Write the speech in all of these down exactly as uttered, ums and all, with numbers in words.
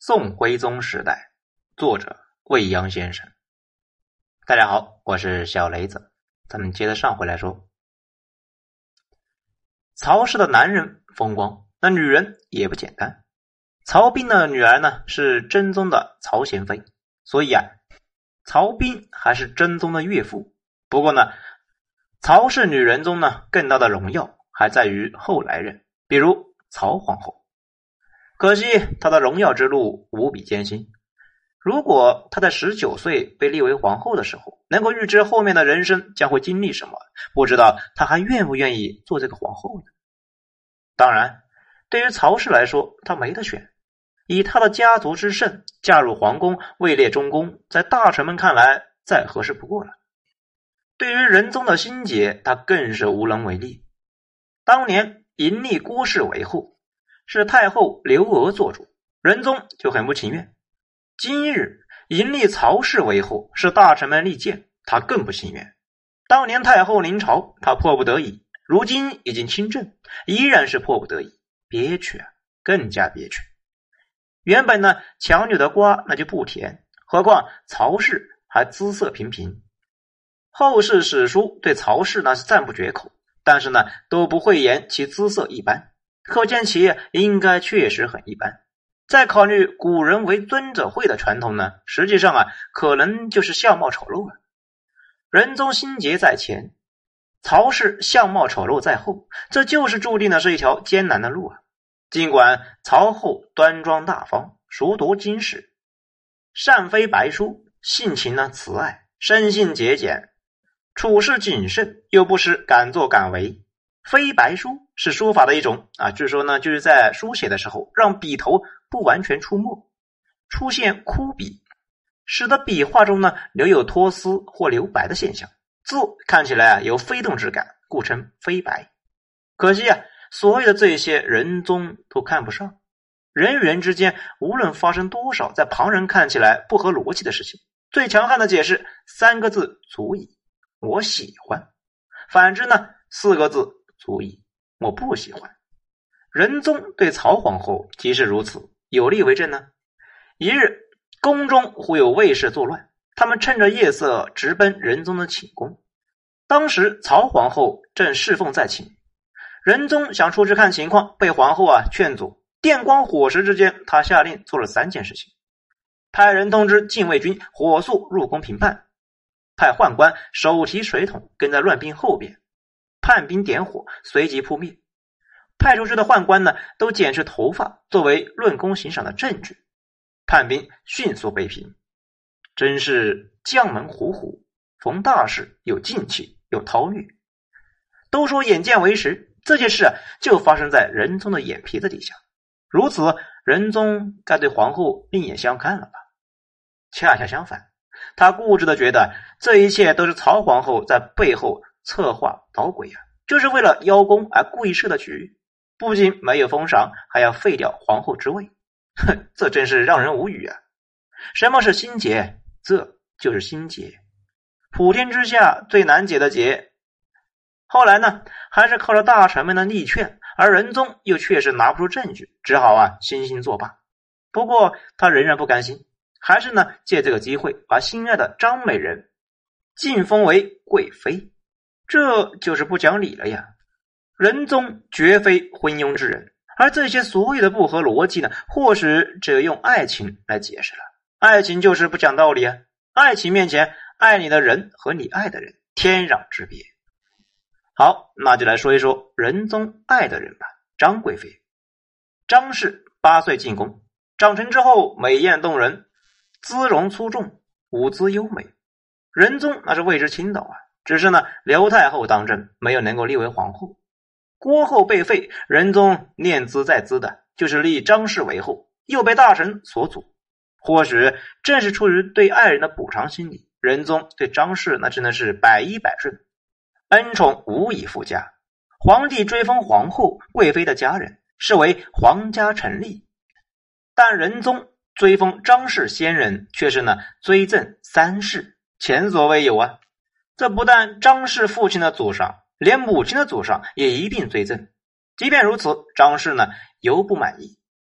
宋徽宗时代，作者未央先生。大家好，我是小雷子，咱们接着上回来说。曹氏的男人风光，那女人也不简单。曹彬的女儿呢是真宗的曹贤妃，所以啊，曹彬还是真宗的岳父。不过呢，曹氏女人中呢更大的荣耀还在于后来人，比如曹皇后。可惜她的荣耀之路无比艰辛。如果她在十九岁被立为皇后的时候，能够预知后面的人生将会经历什么，不知道她还愿不愿意做这个皇后呢？当然，对于曹氏来说，她没得选。以她的家族之盛，嫁入皇宫位列中宫，在大臣们看来再合适不过了。对于仁宗的心结，她更是无能为力。当年迎立郭氏为后，是太后刘娥做主，仁宗就很不情愿。今日迎立曹氏为后，是大臣们力荐，他更不情愿。当年太后临朝，他迫不得已，如今已经亲政，依然是迫不得已，憋屈啊，更加憋屈。原本呢，强扭的瓜那就不甜，何况曹氏还姿色平平。后世史书对曹氏呢是赞不绝口，但是呢都不讳言其姿色一般，可见其应该确实很一般。再考虑古人为尊者讳的传统呢，实际上啊，可能就是相貌丑陋了。仁宗心结在前，曹氏相貌丑陋在后，这就是注定的是一条艰难的路啊。尽管曹后端庄大方，熟读经史，善飞白书，性情呢慈爱，生性节俭，处事谨慎，又不失敢作敢为。飞白书是书法的一种啊，据说呢就是在书写的时候让笔头不完全出墨，出现枯笔，使得笔画中呢留有脱丝或留白的现象，字看起来啊有飞动之感，故称飞白。可惜啊，所有的这些仁宗都看不上。人与人之间无论发生多少在旁人看起来不合逻辑的事情，最强悍的解释三个字足矣，我喜欢。反之呢，四个字足矣，我不喜欢。仁宗对曹皇后即是如此，有例为证呢。一日，宫中忽有卫士作乱，他们趁着夜色直奔仁宗的寝宫。当时曹皇后正侍奉在寝，仁宗想出去看情况，被皇后啊劝阻。电光火石之间，他下令做了三件事情：派人通知禁卫军火速入宫平叛，派宦官手提水桶跟在乱兵后边，叛兵点火随即扑灭。派出去的宦官呢，都剪去头发作为论功行赏的证据，叛兵迅速被平。真是将门虎虎，逢大事有静气，有韬略。都说眼见为实，这件事啊，就发生在仁宗的眼皮子底下。如此，仁宗该对皇后另眼相看了吧？恰恰相反，他固执地觉得这一切都是曹皇后在背后策划捣鬼啊，就是为了邀功而故意设的局，不仅没有封赏，还要废掉皇后之位。哼，这真是让人无语啊！什么是心结？这就是心结，普天之下最难解的结。后来呢，还是靠着大臣们的力劝，而仁宗又确实拿不出证据，只好啊惺惺作罢。不过他仍然不甘心，还是呢借这个机会把心爱的张美人晋封为贵妃，这就是不讲理了呀。仁宗绝非昏庸之人，而这些所有的不合逻辑呢，或许只有用爱情来解释了。爱情就是不讲道理啊！爱情面前，爱你的人和你爱的人天壤之别。好，那就来说一说仁宗爱的人吧。张贵妃，张氏八岁进宫，长成之后美艳动人，姿容出众，舞姿优美。仁宗那是为之倾倒啊，只是呢刘太后当政，没有能够立为皇后。郭后被废，仁宗念兹在兹的就是立张氏为后，又被大臣所阻。或许正是出于对爱人的补偿心理，仁宗对张氏那真的是百依百顺，恩宠无以复加。皇帝追封皇后、贵妃的家人，视为皇家成立，但仁宗追封张氏先人，却是呢追赠三世，前所未有啊！这不但张氏父亲的祖上，连母亲的祖上也一并追赠。即便如此，张氏呢犹不满意，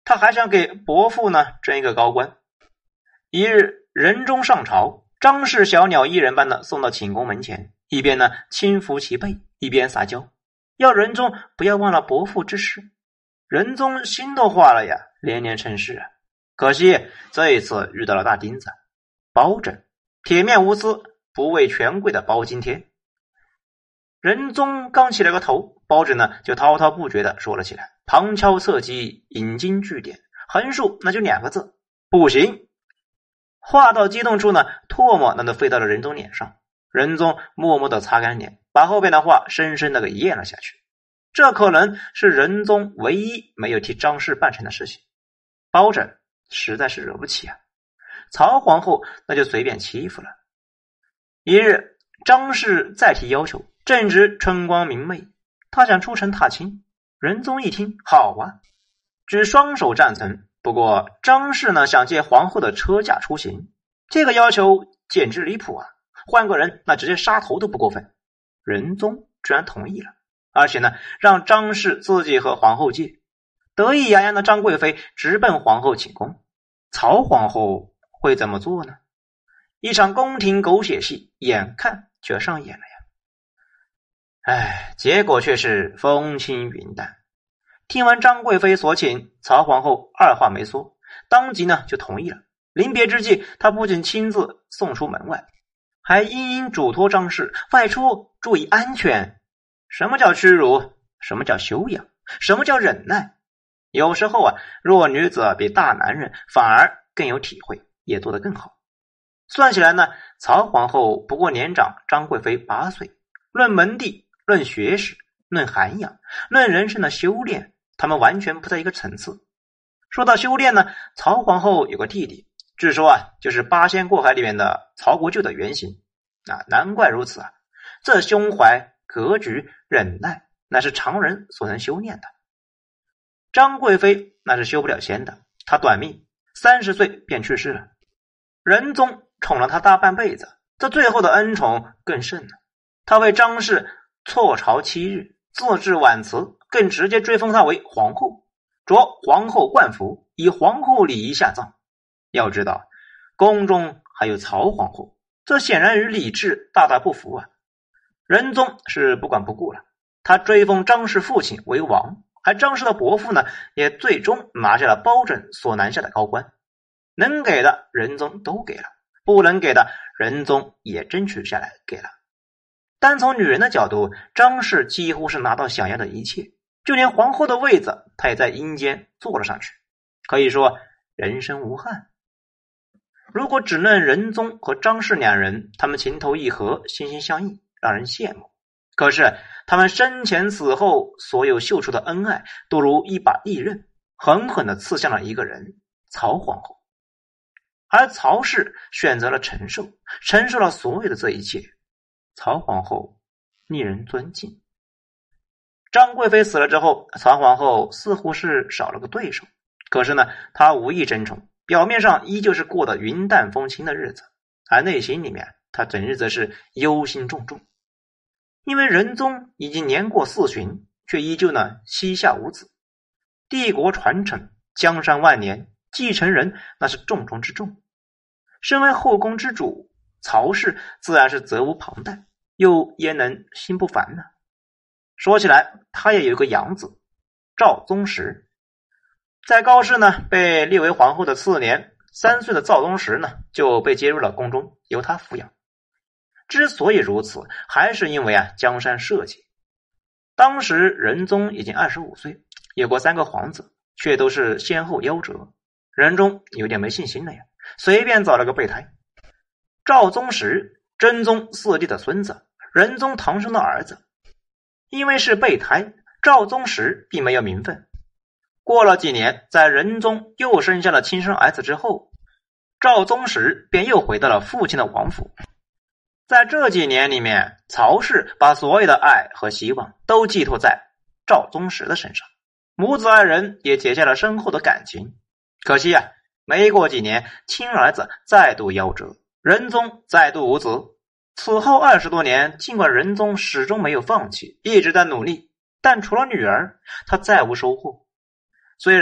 他还想给伯父呢争一个高官。一日，仁宗上朝，张氏小鸟依人般的送到寝宫门前，一边呢轻抚其背，一边撒娇，要仁宗不要忘了伯父之事。仁宗心都化了呀，连连称是啊。可惜这一次遇到了大钉子，包拯铁面无私，不畏权贵的包青天。仁宗刚起了个头，包拯呢就滔滔不绝地说了起来，旁敲侧击，引经据典，横竖那就两个字：不行。话到激动处呢，唾沫那都飞到了仁宗脸上。仁宗默默地擦干脸，把后边的话深深地给咽了下去。这可能是仁宗唯一没有替张氏办成的事情。包拯实在是惹不起啊，曹皇后那就随便欺负了。一日，张氏再提要求，正值春光明媚，他想出城踏青。仁宗一听，好啊，举双手赞成。不过张氏呢想借皇后的车驾出行，这个要求简直离谱啊，换个人那直接杀头都不过分。仁宗居然同意了，而且呢让张氏自己和皇后借。得意洋洋的张贵妃直奔皇后寝宫。曹皇后会怎么做呢？一场宫廷狗血戏眼看就要上演了呀。唉，结果却是风轻云淡。听完张贵妃所请，曹皇后二话没说，当即呢就同意了。临别之际，她不仅亲自送出门外，还殷殷嘱托张氏外出注意安全。什么叫屈辱？什么叫修养？什么叫忍耐？有时候啊，弱女子比大男人反而更有体会，也做得更好。算起来呢，曹皇后不过年长张贵妃八岁，论门第，论学识，论涵养，论人生的修炼，他们完全不在一个层次。说到修炼呢，曹皇后有个弟弟，据说啊，就是八仙过海里面的曹国舅的原型啊，难怪如此啊！这胸怀、格局、忍耐，那是常人所能修炼的。张贵妃那是修不了仙的，她短命，三十岁便去世了。仁宗宠了她大半辈子，这最后的恩宠更甚了。他为张氏错朝七日，自致晚辞，更直接追封她为皇后，着皇后冠服，以皇后礼仪下葬。要知道，宫中还有曹皇后，这显然与礼制大大不符啊。仁宗是不管不顾了，他追封张氏父亲为王，而张氏的伯父呢，也最终拿下了包拯所拿下的高官。能给的仁宗都给了，不能给的仁宗也争取下来给了。单从女人的角度，张氏几乎是拿到想要的一切，就连皇后的位子她也在阴间坐了上去，可以说人生无憾。如果只论仁宗和张氏两人，他们情投意合，心心相印，让人羡慕。可是他们生前死后所有秀出的恩爱，都如一把利刃，狠狠地刺向了一个人，曹皇后。而曹氏选择了承受，承受了所有的这一切。曹皇后令人尊敬。张贵妃死了之后，曹皇后似乎是少了个对手，可是呢，她无意争宠，表面上依旧是过得云淡风轻的日子，而内心里面她整日则是忧心忡忡。因为仁宗已经年过四旬，却依旧呢膝下无子，帝国传承，江山万年，继承人那是重中之重。身为后宫之主，曹氏自然是责无旁贷，又焉能心不烦呢？说起来，他也有一个养子赵宗实。在高氏呢被立为皇后的次年，三岁的赵宗实呢就被接入了宫中，由他抚养。之所以如此，还是因为啊江山社稷。当时仁宗已经二十五岁，有过三个皇子，却都是先后夭折。仁宗有点没信心了呀，随便找了个备胎。赵宗实，真宗四弟的孙子，仁宗堂兄的儿子。因为是备胎，赵宗实并没有名分。过了几年，在仁宗又生下了亲生儿子之后，赵宗实便又回到了父亲的王府。在这几年里面，曹氏把所有的爱和希望都寄托在赵宗实的身上，母子二人也结下了深厚的感情。可惜啊，没过几年，亲儿子再度夭折，仁宗再度无子。此后二十多年，尽管仁宗始终没有放弃，一直在努力，但除了女儿，他再无收获。虽然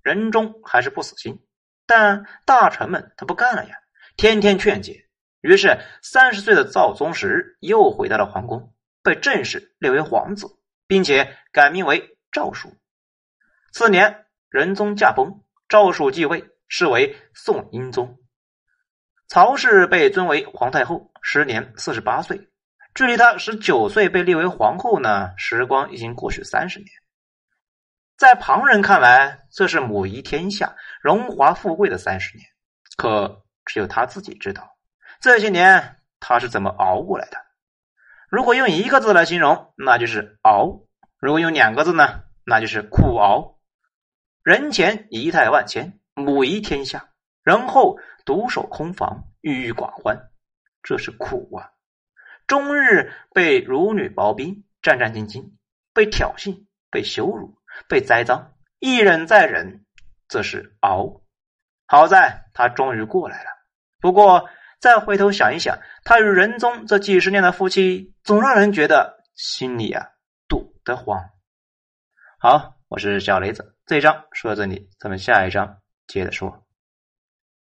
仁宗还是不死心，但大臣们他不干了呀，天天劝解。于是三十岁的赵宗实又回到了皇宫，被正式列为皇子，并且改名为赵曙。次年，仁宗驾崩，赵曙继位，是为宋英宗。曹氏被尊为皇太后，时年四十八岁。距离她十九岁被立为皇后呢，时光已经过去三十年。在旁人看来，这是母仪天下、荣华富贵的三十年，可只有她自己知道，这些年她是怎么熬过来的。如果用一个字来形容，那就是熬；如果用两个字呢，那就是苦熬。人前仪态万千，母仪天下，人后独守空房，郁郁寡欢，这是苦啊！终日被儒女包庇，战战兢兢，被挑衅，被羞辱，被栽赃，一忍再忍，这是熬。好在他终于过来了。不过再回头想一想，他与仁宗这几十年的夫妻，总让人觉得心里啊堵得慌。好，我是小雷子，这一章说到这里，咱们下一章接着说。